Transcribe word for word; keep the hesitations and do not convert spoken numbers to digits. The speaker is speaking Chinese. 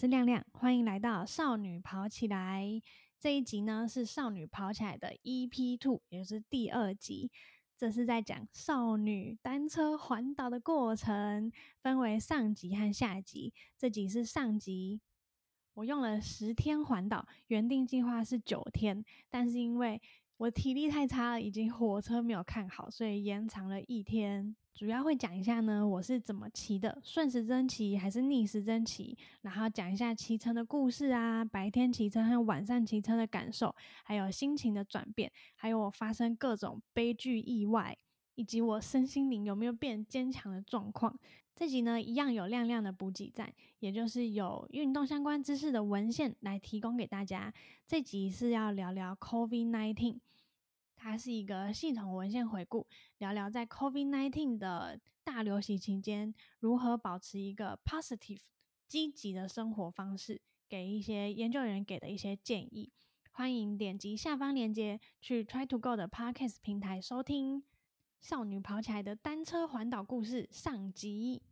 是亮亮，欢迎来到少女跑起来。这一集呢是少女跑起来的 E P 二， 也就是第二集。这是在讲少女单车环岛的过程，分为上集和下集。这集是上集，我用了十天环岛，原定计划是九天，但是因为我体力太差了，以及火车没有看好，所以延长了一天。主要会讲一下呢，我是怎么骑的，顺时针骑还是逆时针骑，然后讲一下骑车的故事啊，白天骑车和晚上骑车的感受，还有心情的转变，还有我发生各种悲剧意外，以及我身心灵有没有变坚强的状况。这集呢一样有亮亮的补给站，也就是有运动相关知识的文献来提供给大家。这集是要聊聊 COVID 十九， 它是一个系统文献回顾，聊聊在 COVID 十九 的大流行期间如何保持一个 positive 积极的生活方式，给一些研究人给的一些建议。欢迎点击下方链接去 Try to Go 的 Podcast 平台收听少女跑起来的单车环岛故事上集。